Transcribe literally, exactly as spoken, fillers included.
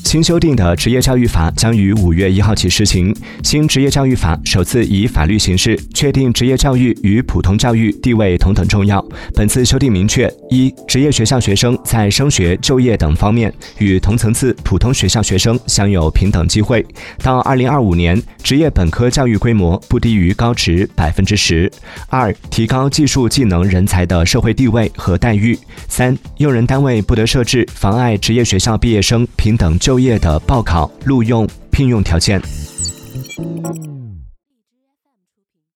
新修订的职业教育法将于五月一号起施行。新职业教育法首次以法律形式确定职业教育与普通教育地位同等重要。本次修订明确：一、职业学校学生在升学、就业等方面与同层次普通学校学生享有平等机会。到二零二五年，职业本科教育规模不低于高职百分之十。二、提高技术技能人才的社会地位和待遇。三、用人单位不得设置妨碍职业学校毕业生平等就业的报考、录用、聘用条件。